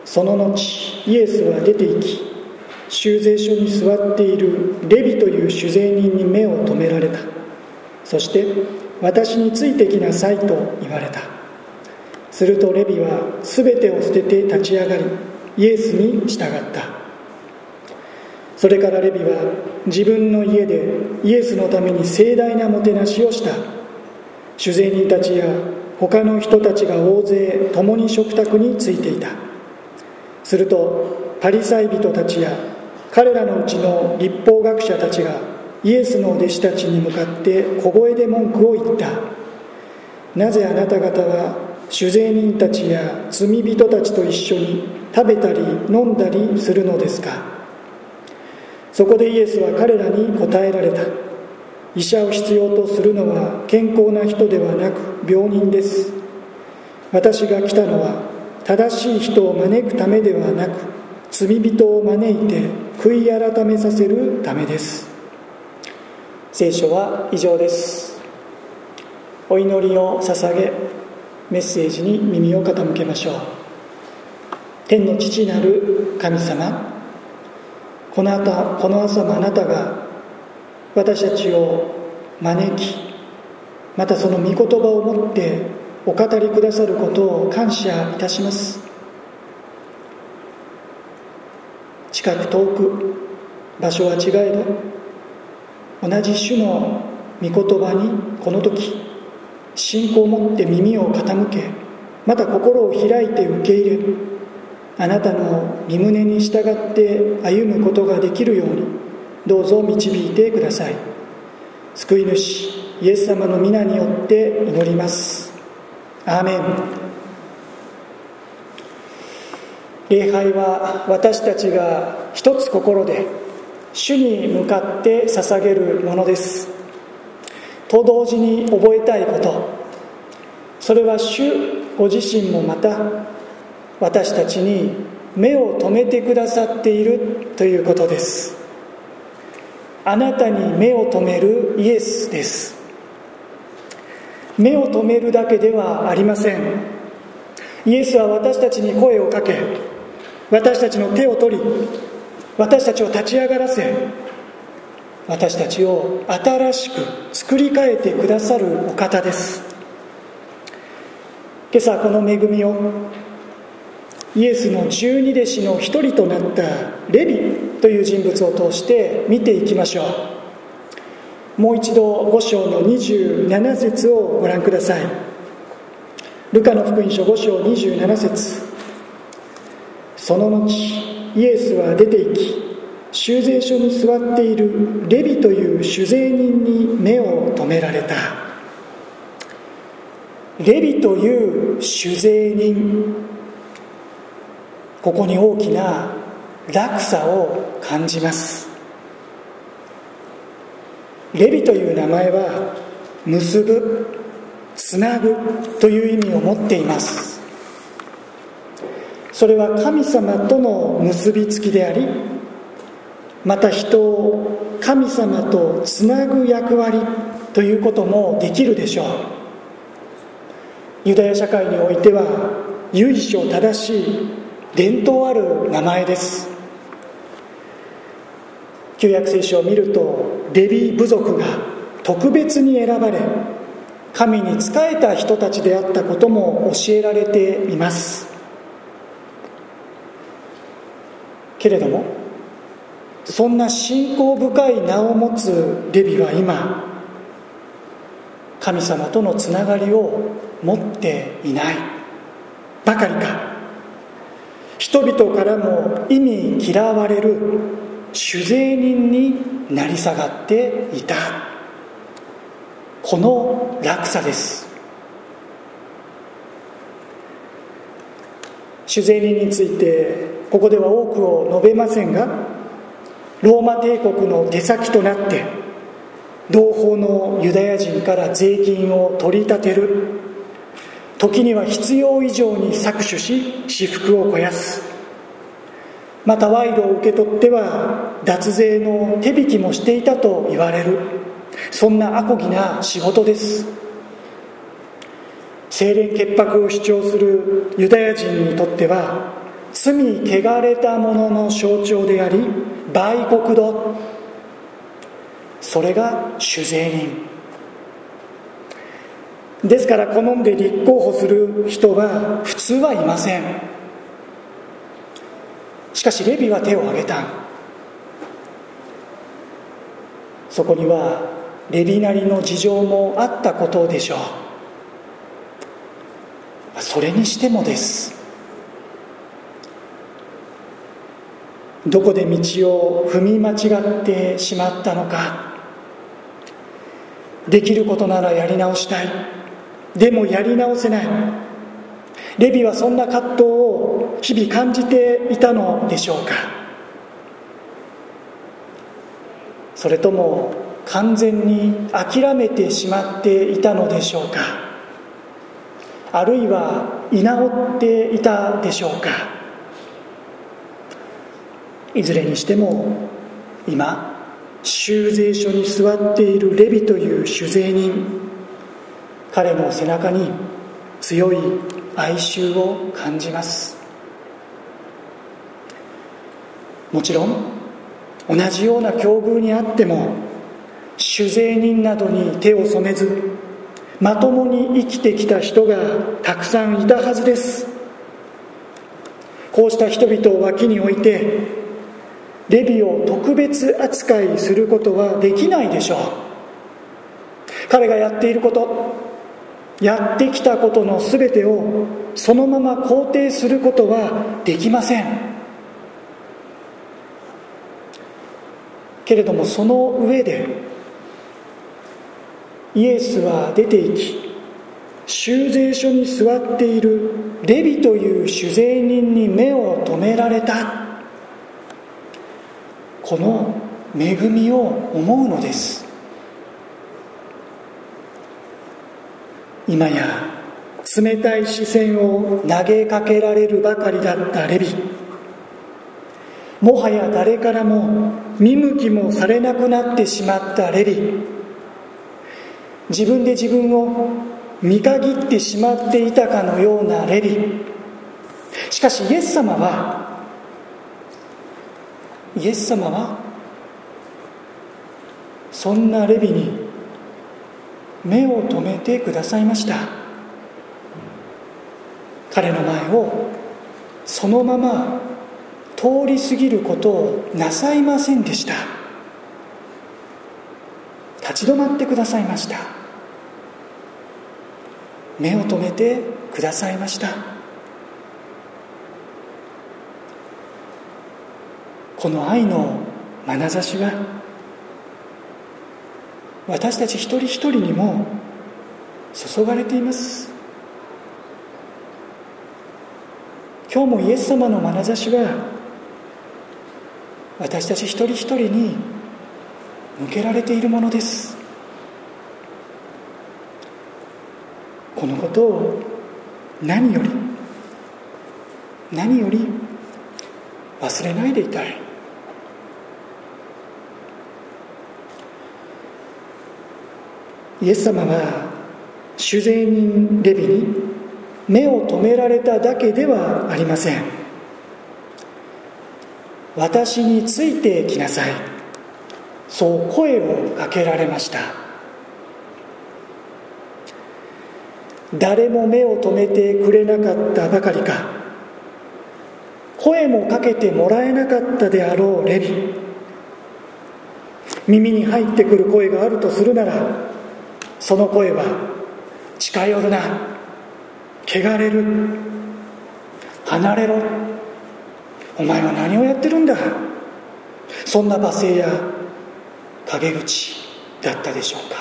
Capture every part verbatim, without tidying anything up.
その後イエスは出て行き、修税所に座っているレビという酒税人に目を留められた。そして私についてきなさいと言われた。するとレビはすべてを捨てて立ち上がり、イエスに従った。それからレビは自分の家でイエスのために盛大なもてなしをした。酒税人たちや他の人たちが大勢共に食卓についていた。するとパリサイ人たちや彼らのうちの律法学者たちがイエスの弟子たちに向かって小声で文句を言った。なぜあなた方は酒税人たちや罪人たちと一緒に食べたり飲んだりするのですか。そこでイエスは彼らに答えられた。医者を必要とするのは健康な人ではなく病人です。私が来たのは正しい人を招くためではなく、罪人を招いて悔い改めさせるためです。聖書は以上です。お祈りを捧げ、メッセージに耳を傾けましょう。天の父なる神様、この朝、この朝もあなたが私たちを招き、またその御言葉をもってお語りくださることを感謝いたします。近く遠く場所は違えど、同じ種の御言葉にこの時信仰を持って耳を傾け、また心を開いて受け入れ、あなたの御胸に従って歩むことができるようにどうぞ導いてください。救い主イエス様の皆によって祈ります。アーメン。礼拝は私たちが一つ心で主に向かって捧げるものです。と同時に覚えたいこと、それは主ご自身もまた私たちに目を留めてくださっているということです。あなたに目を留めるイエスです。目を留めるだけではありません。イエスは私たちに声をかけ、私たちの手を取り、私たちを立ち上がらせ、私たちを新しく作り変えてくださるお方です。今朝この恵みをイエスの十二弟子の一人となったレビという人物を通して見ていきましょう。もう一度ご章のにじゅうなな節をご覧ください。ルカの福音書ご章にじゅうなな節。その後イエスは出て行き、修税所に座っているレビという酒税人に目を留められた。レビという酒税人、ここに大きな落差を感じます。レビという名前は結ぶ、つなぐという意味を持っています。それは神様との結びつきであり、また人を神様とつなぐ役割ということもできるでしょう。ユダヤ社会においては由緒正しい伝統ある名前です。旧約聖書を見ると、レビ部族が特別に選ばれ神に仕えた人たちであったことも教えられています。けれどもそんな信仰深い名を持つレビは今、神様とのつながりを持っていないばかりか、人々からも忌み嫌われる酒税人になり下がっていた。この落差です。酒税人についてここでは多くを述べませんが、ローマ帝国の手先となって同胞のユダヤ人から税金を取り立てる、時には必要以上に搾取し私腹を肥やす、また賄賂を受け取っては脱税の手引きもしていたと言われる、そんなアコギな仕事です。清廉潔白を主張するユダヤ人にとっては罪汚れた者の象徴であり売国奴、それが主税人ですから、好んで立候補する人は普通はいません。しかしレビは手を挙げた。そこにはレビなりの事情もあったことでしょう。それにしてもです、どこで道を踏み間違ってしまったのか。できることならやり直したい、でもやり直せない。レビはそんな葛藤を日々感じていたのでしょうか。それとも完全に諦めてしまっていたのでしょうか。あるいは居直っていたでしょうか。いずれにしても今修税所に座っているレビという主税人、彼の背中に強い哀愁を感じます。もちろん同じような境遇にあっても主税人などに手を染めずまともに生きてきた人がたくさんいたはずです。こうした人々を脇に置いてレビを特別扱いすることはできないでしょう。彼がやっていること、やってきたことのすべてをそのまま肯定することはできません。けれどもその上でイエスは出て行き、修税所に座っているレビという主税人に目を留められた。この恵みを思うのです。今や冷たい視線を投げかけられるばかりだったレビ、もはや誰からも見向きもされなくなってしまったレビ、自分で自分を見限ってしまっていたかのようなレビ。しかしイエス様はイエス様はそんなレビに目を留めてくださいました。彼の前をそのまま通り過ぎることをなさいませんでした。立ち止まってくださいました。目を留めてくださいました。この愛の眼差しは私たち一人一人にも注がれています。今日もイエス様の眼差しは私たち一人一人に向けられているものです。このことを何より何より忘れないでいたい。イエス様は主税人レビに目を留められただけではありません。私についてきなさい、そう声をかけられました。誰も目を留めてくれなかったばかりか、声もかけてもらえなかったであろうレビ、耳に入ってくる声があるとするなら、その声は近寄るな、汚れる、離れろ、お前は何をやってるんだ、そんな罵声や陰口だったでしょうか。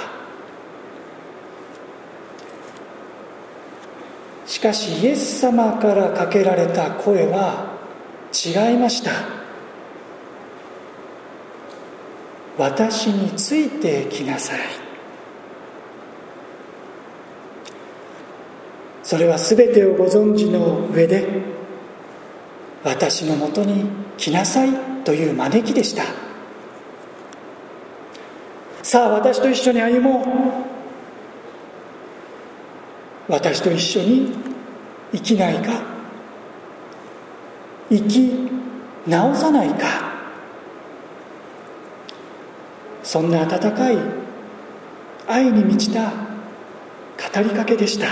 しかしイエス様からかけられた声は違いました。私についてきなさい。それは全てをご存知の上で、私のもとに来なさいという招きでした。さあ私と一緒に歩もう、私と一緒に生きないか。 生き直さないか。そんな温かい愛に満ちた語りかけでした。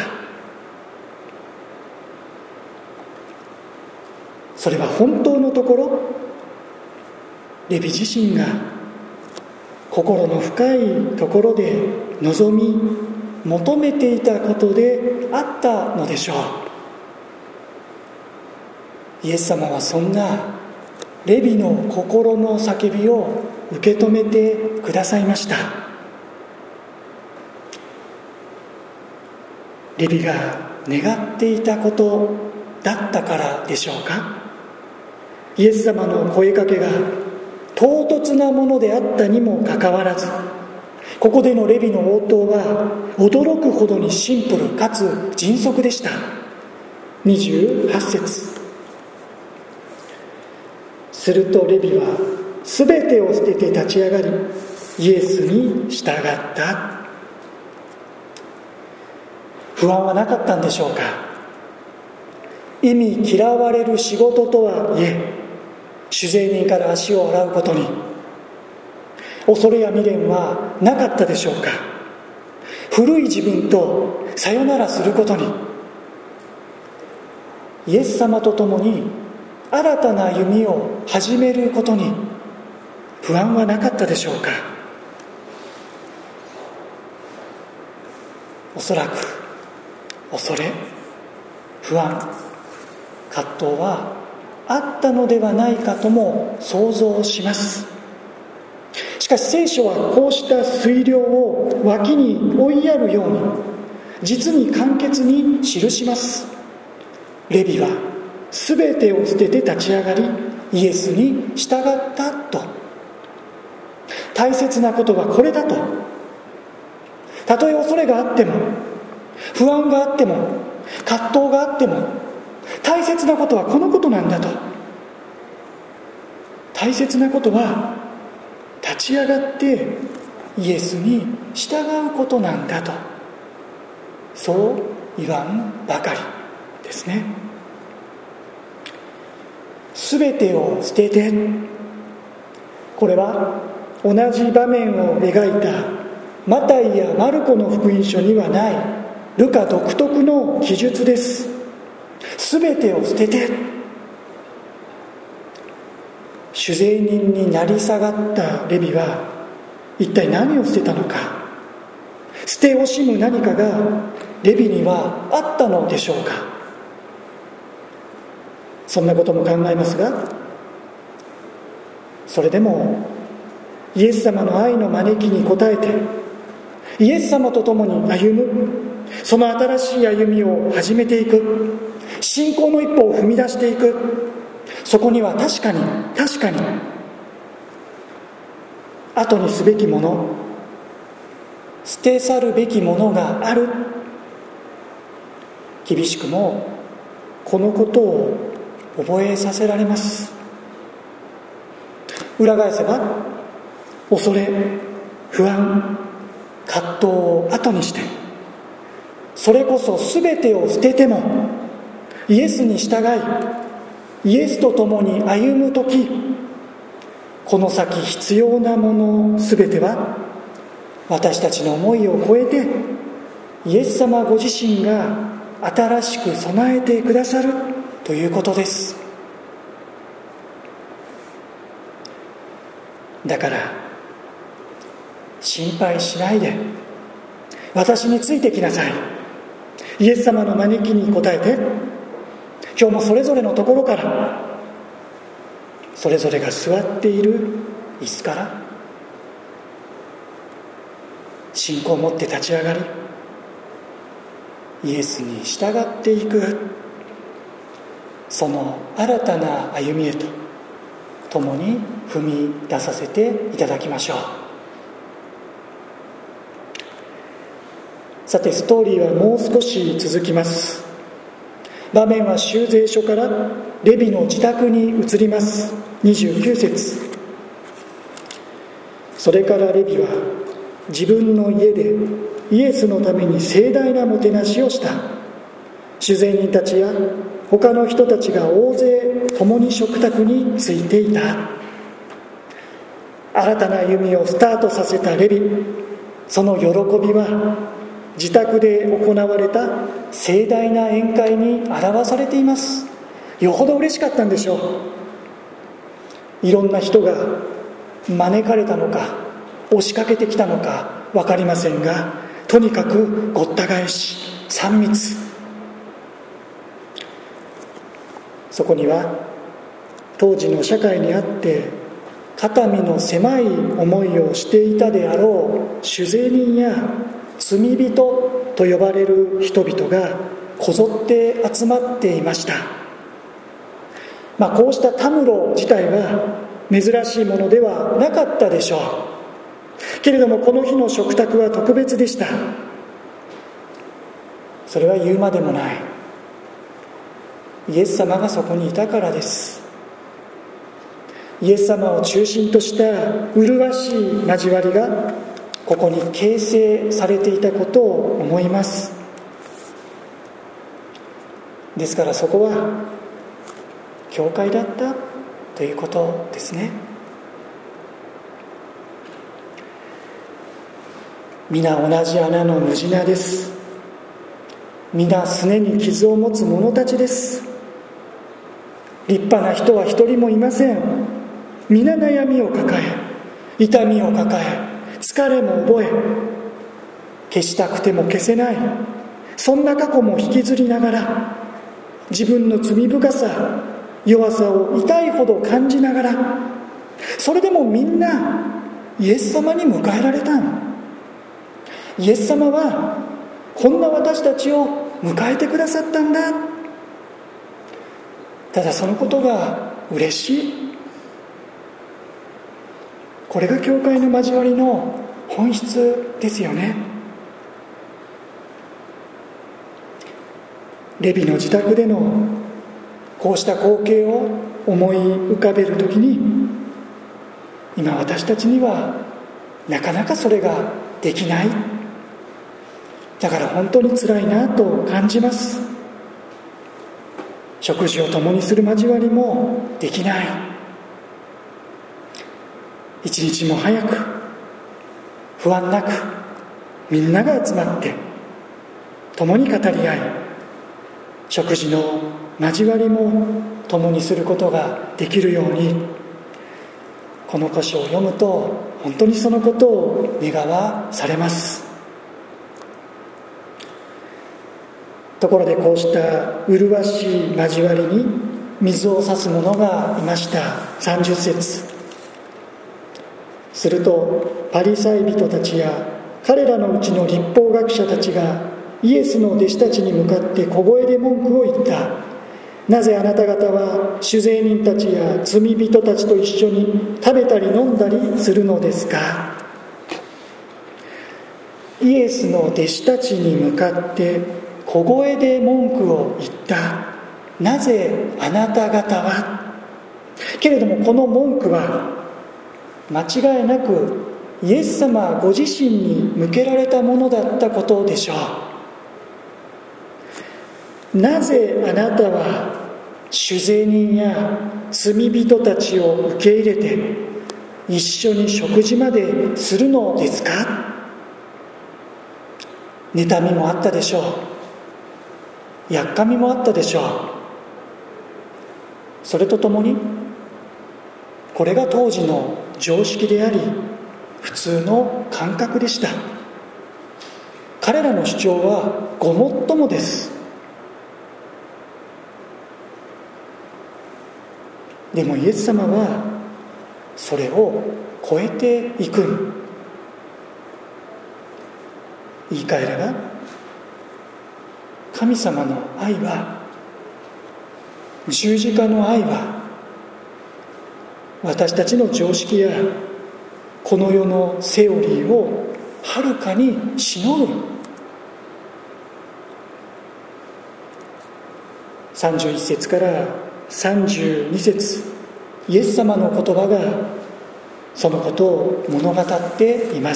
それは本当のところ、レビ自身が心の深いところで望み求めていたことであったのでしょう。イエス様はそんなレビの心の叫びを受け止めてくださいました。レビが願っていたことだったからでしょうか。イエス様の声かけが唐突なものであったにもかかわらず、ここでのレビの応答は驚くほどにシンプルかつ迅速でした。にじゅうはち節、するとレビはすべてを捨てて立ち上がり、イエスに従った。不安はなかったんでしょうか。意味嫌われる仕事とはいえ、酒税人から足を洗うことに恐れや未練はなかったでしょうか。古い自分とさよならすることに、イエス様と共に新たな歩みを始めることに不安はなかったでしょうか。おそらく恐れ、不安、葛藤はあったのではないかとも想像します。しかし聖書はこうした推量を脇に追いやるように実に簡潔に記します。レビはすべてを捨てて立ち上がり、イエスに従ったと。大切なことはこれだと。たとえ恐れがあっても、不安があっても、葛藤があっても、大切なことはこのことなんだと。大切なことは立ち上がってイエスに従うことなんだと、そう言わんばかりですね。すべてを捨てて、これは同じ場面を描いたマタイやマルコの福音書にはないルカ独特の記述です。すべてを捨てて、酒税人になり下がったレビは一体何を捨てたのか。捨て惜しむ何かがレビにはあったのでしょうか。そんなことも考えますが、それでもイエス様の愛の招きに応えてイエス様と共に歩む、その新しい歩みを始めていく、信仰の一歩を踏み出していく、そこには確かに確かに後にすべきもの、捨て去るべきものがある。厳しくもこのことを覚えさせられます。裏返せば、恐れ、不安、葛藤を後にして、それこそ全てを捨ててもイエスに従い、イエスと共に歩むとき、この先必要なもの全ては私たちの思いを超えてイエス様ご自身が新しく備えてくださるということです。だから心配しないで、私についてきなさい。イエス様の招きに応えて、今日もそれぞれのところから、それぞれが座っている椅子から信仰を持って立ち上がり、イエスに従っていく、その新たな歩みへと共に踏み出させていただきましょう。さて、ストーリーはもう少し続きます。場面は修税所からレビの自宅に移ります。にじゅうきゅう節、それからレビは自分の家でイエスのために盛大なもてなしをした。酒税人たちや他の人たちが大勢共に食卓についていた。新たな歩みをスタートさせたレビ、その喜びは自宅で行われた盛大な宴会に表されています。よほど嬉しかったんでしょう。いろんな人が招かれたのか押しかけてきたのか分かりませんが、とにかくごった返し三密。そこには当時の社会にあって肩身の狭い思いをしていたであろう酒税人や罪人と呼ばれる人々がこぞって集まっていました。まあ、こうしたたむろ自体は珍しいものではなかったでしょうけれども、この日の食卓は特別でした。それは言うまでもない。イエス様がそこにいたからです。イエス様を中心とした麗しい交わりがここに形成されていたことを思います。ですからそこは教会だったということですね。皆同じ穴の無地なです。皆すねに傷を持つ者たちです。立派な人は一人もいません。皆悩みを抱え、痛みを抱え、疲れも覚え、消したくても消せない、そんな過去も引きずりながら、自分の罪深さ、弱さを痛いほど感じながら、それでもみんなイエス様に迎えられた。イエス様はこんな私たちを迎えてくださったんだ。ただそのことが嬉しい。これが教会の交わりの本質ですよね。レビの自宅でのこうした光景を思い浮かべるときに、今私たちにはなかなかそれができない。だから本当につらいなと感じます。食事を共にする交わりもできない。一日も早く不安なくみんなが集まって共に語り合い、食事の交わりも共にすることができるように、この箇所を読むと本当にそのことを願わされます。ところでこうした麗しい交わりに水を差す者がいました。さんじゅっ節。するとパリサイ人たちや彼らのうちの律法学者たちがイエスの弟子たちに向かって小声で文句を言った。なぜあなた方は酒税人たちや罪人たちと一緒に食べたり飲んだりするのですか。イエスの弟子たちに向かって小声で文句を言った。なぜあなた方は。けれどもこの文句は間違いなくイエス様ご自身に向けられたものだったことでしょう。なぜあなたは酒税人や罪人たちを受け入れて一緒に食事までするのですか。妬みもあったでしょう。やっかみもあったでしょう。それとともにこれが当時の常識であり普通の感覚でした。彼らの主張はごもっともです。でもイエス様はそれを超えていく。言い換えれば神様の愛は、十字架の愛は私たちの常識やこの世のセオリーをはるかにしのぐ。さんじゅういっ節からさんじゅうに節、イエス様の言葉がそのことを物語っています。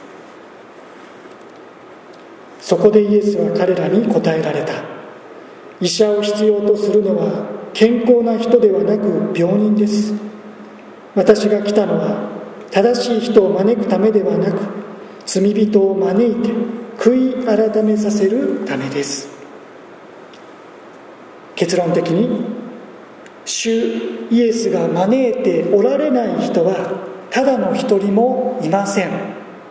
そこでイエスは彼らに答えられた。 医者を必要とするのは健康な人ではなく病人です。私が来たのは正しい人を招くためではなく、罪人を招いて悔い改めさせるためです。結論的に、主イエスが招いておられない人はただの一人もいません。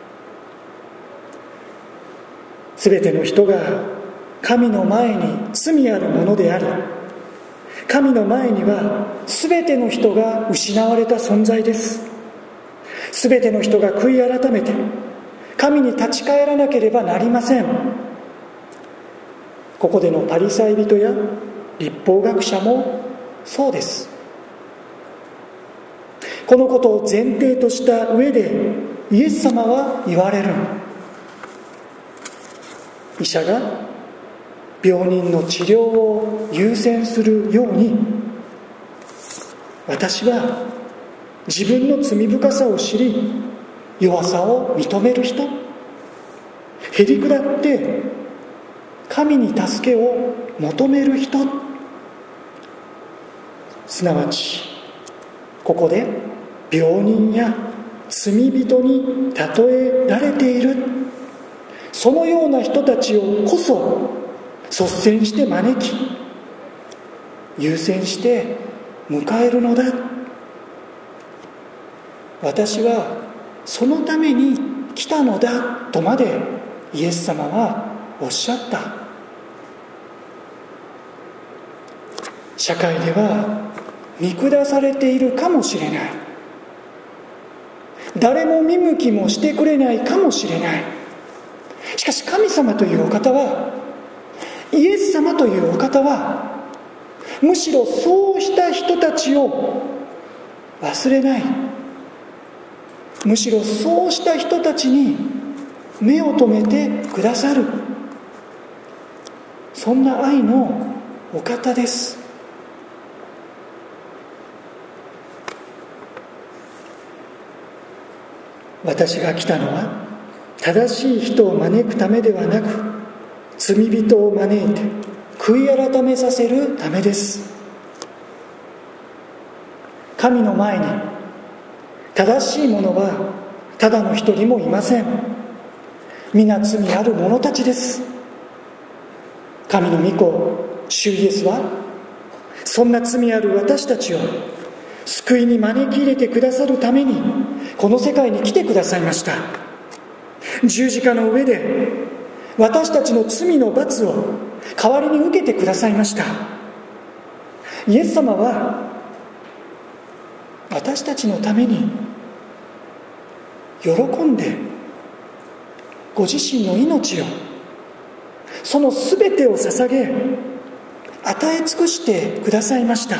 すべての人が神の前に罪あるものであり、神の前にはすべての人が失われた存在です。すべての人が悔い改めて神に立ち返らなければなりません。ここでのパリサイ人や律法学者もそうです。このことを前提とした上でイエス様は言われる。医者が病人の治療を優先するように、私は自分の罪深さを知り、弱さを認める人、へりくだって神に助けを求める人、すなわちここで病人や罪人に例えられている、そのような人たちをこそ率先して招き、優先して迎えるのだ。私はそのために来たのだとまでイエス様はおっしゃった。社会では見下されているかもしれない、誰も見向きもしてくれないかもしれない。しかし神様というお方は、イエス様というお方は、むしろそうした人たちを忘れない、むしろそうした人たちに目を留めてくださる、そんな愛のお方です。私が来たのは正しい人を招くためではなく、罪人を招いて悔い改めさせるためです。神の前に正しい者はただの一人もいません。皆罪ある者たちです。神の御子主イエスはそんな罪ある私たちを救いに招き入れてくださるためにこの世界に来てくださいました。十字架の上で私たちの罪の罰を代わりに受けてくださいました。イエス様は私たちのために喜んでご自身の命を、その全てを捧げ与え尽くしてくださいました。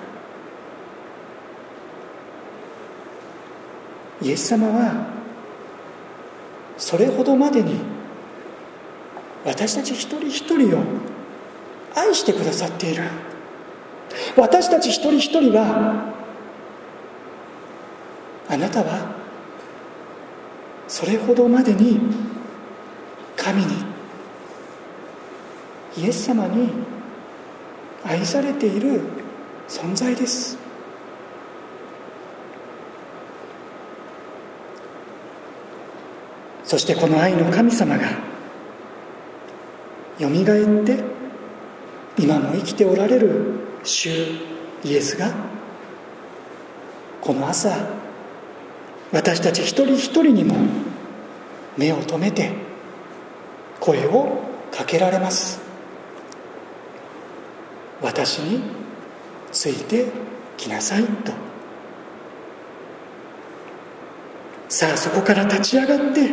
イエス様はそれほどまでに私たち一人一人を愛してくださっている。私たち一人一人は、あなたはそれほどまでに神に、イエス様に愛されている存在です。そしてこの愛の神様がよみがえって今も生きておられる主イエスが、この朝私たち一人一人にも目を留めて声をかけられます。私についてきなさいと。さあそこから立ち上がって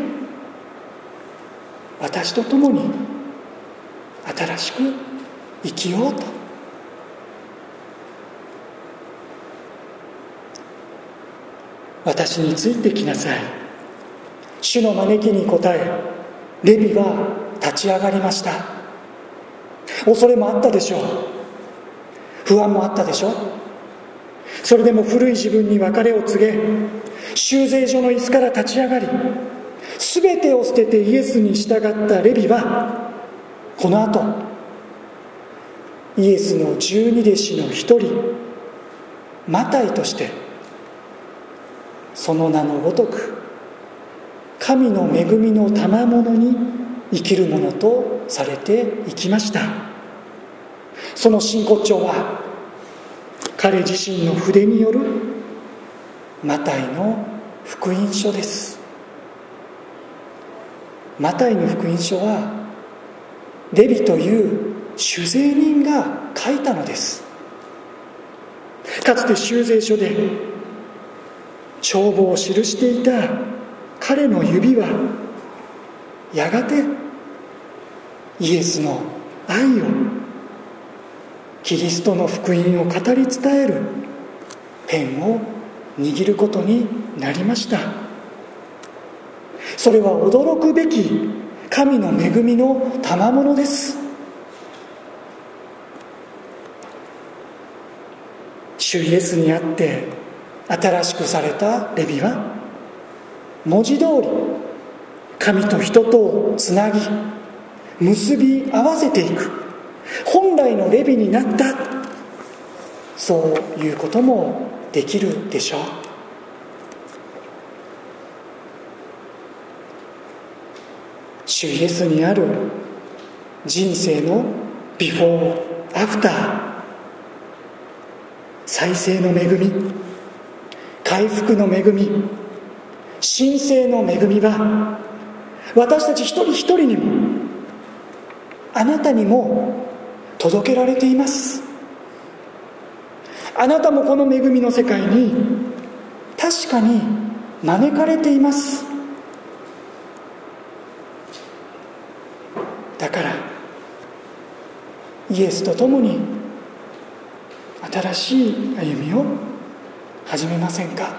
私と共に新しく生きようと。私についてきなさい。主の招きに応えレビは立ち上がりました。恐れもあったでしょう、不安もあったでしょう。それでも古い自分に別れを告げ、修税所の椅子から立ち上がり、全てを捨ててイエスに従ったレビは、この後、主イエス様の前に立ち上がりました。 イエスの十二弟子の一人マタイとして、その名のごとく神の恵みの賜物に生きるものとされていきました。その真骨頂は彼自身の筆によるマタイの福音書です。マタイの福音書はレビという酒税人が書いたのです。かつて修税書で帳簿を記していた彼の指はやがてイエスの愛を、キリストの福音を語り伝えるペンを握ることになりました。それは驚くべき神の恵みの賜物です。主イエスにあって新しくされたレビは、文字通り神と人とをつなぎ結び合わせていく本来のレビになった、そういうこともできるでしょう。主イエスにある人生のビフォーアフター、再生の恵み、回復の恵み、神聖の恵みは私たち一人一人にも、あなたにも届けられています。あなたもこの恵みの世界に確かに招かれています。だからイエスと共に新しい歩みを始めませんか。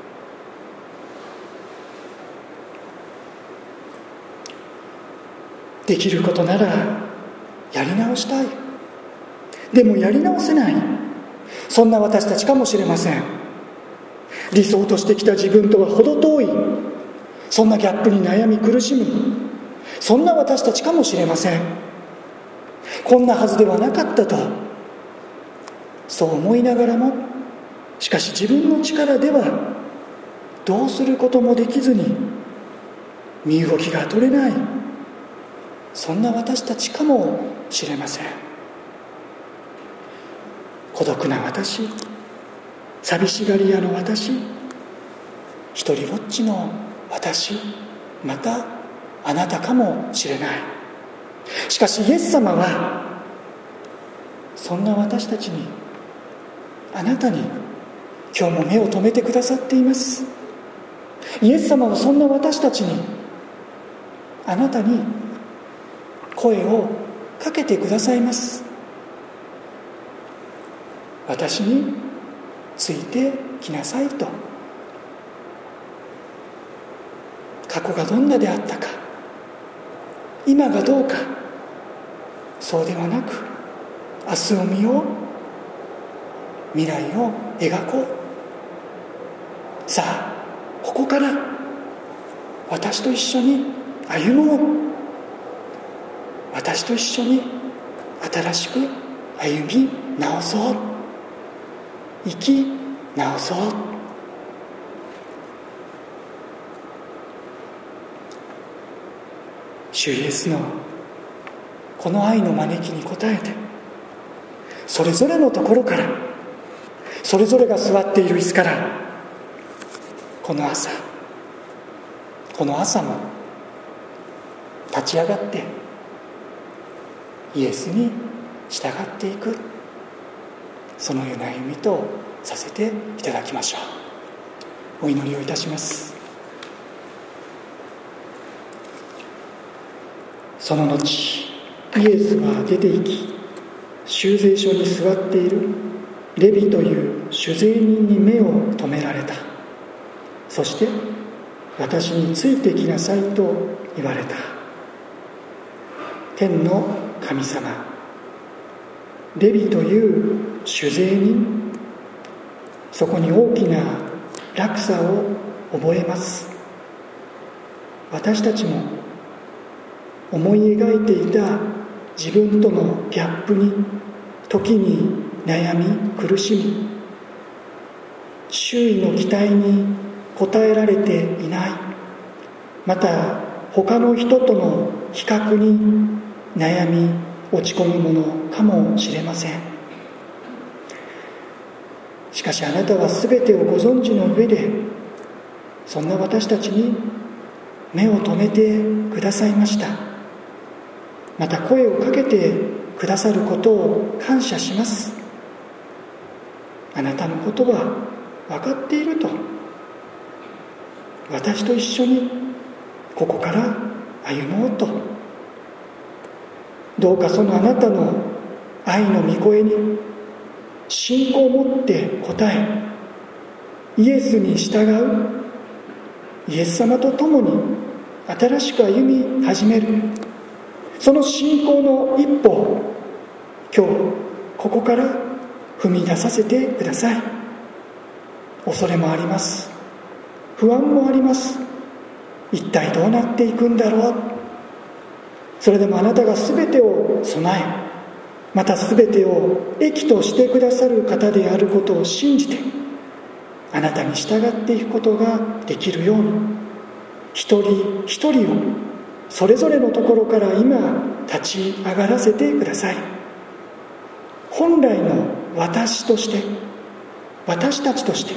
できることならやり直したい、でもやり直せない、そんな私たちかもしれません。理想としてきた自分とは程遠い、そんなギャップに悩み苦しむ、そんな私たちかもしれません。こんなはずではなかったとそう思いながらも、しかし自分の力ではどうすることもできずに身動きが取れない、そんな私たちかもしれません。孤独な私、寂しがり屋の私、一人ぼっちの私、またあなたかもしれない。しかしイエス様はそんな私たちに、あなたに今日も目を留めてくださっています。イエス様はそんな私たちに、あなたに声をかけてくださいます。私についてきなさいと。過去がどんなであったか、今がどうか、そうではなく明日を見よう、未来を描こう。さあここから私と一緒に歩もう。私と一緒に新しく歩み直そう、生き直そう。主イエスのこの愛の招きに応えて、それぞれのところから、それぞれが座っている椅子から、この朝この朝も立ち上がってイエスに従っていく、そのような歩みとさせていただきましょう。お祈りをいたします。その後イエスは出て行き、修税所に座っているレビという酒税人に目を留められた。そして私についてきなさいと言われた。天の神様、レビという酒税人、そこに大きな落差を覚えます。私たちも思い描いていた自分とのギャップに時に悩み苦しみ、周囲の期待に応えられていない、また他の人との比較に悩み落ち込むものかもしれません。しかしあなたは全てをご存知の上で、そんな私たちに目を留めてくださいました。また声をかけてくださることを感謝します。あなたのことは分かっていると、私と一緒にここから歩もうと。どうかそのあなたの愛の御声に信仰を持って応え、イエスに従う、イエス様と共に新しく歩み始める、その信仰の一歩を今日ここから踏み出させてください。恐れもあります、不安もあります。一体どうなっていくんだろう。それでもあなたが全てを備え、また全てを益としてくださる方であることを信じて、あなたに従っていくことができるように、一人一人をそれぞれのところから今立ち上がらせてください。本来の私として、私たちとして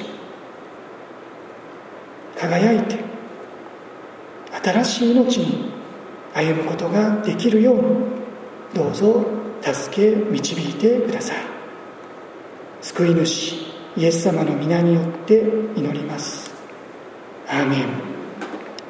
輝いて新しい命に歩むことができるように、どうぞ助け導いてください。救い主イエス様の皆によって祈ります。アーメン。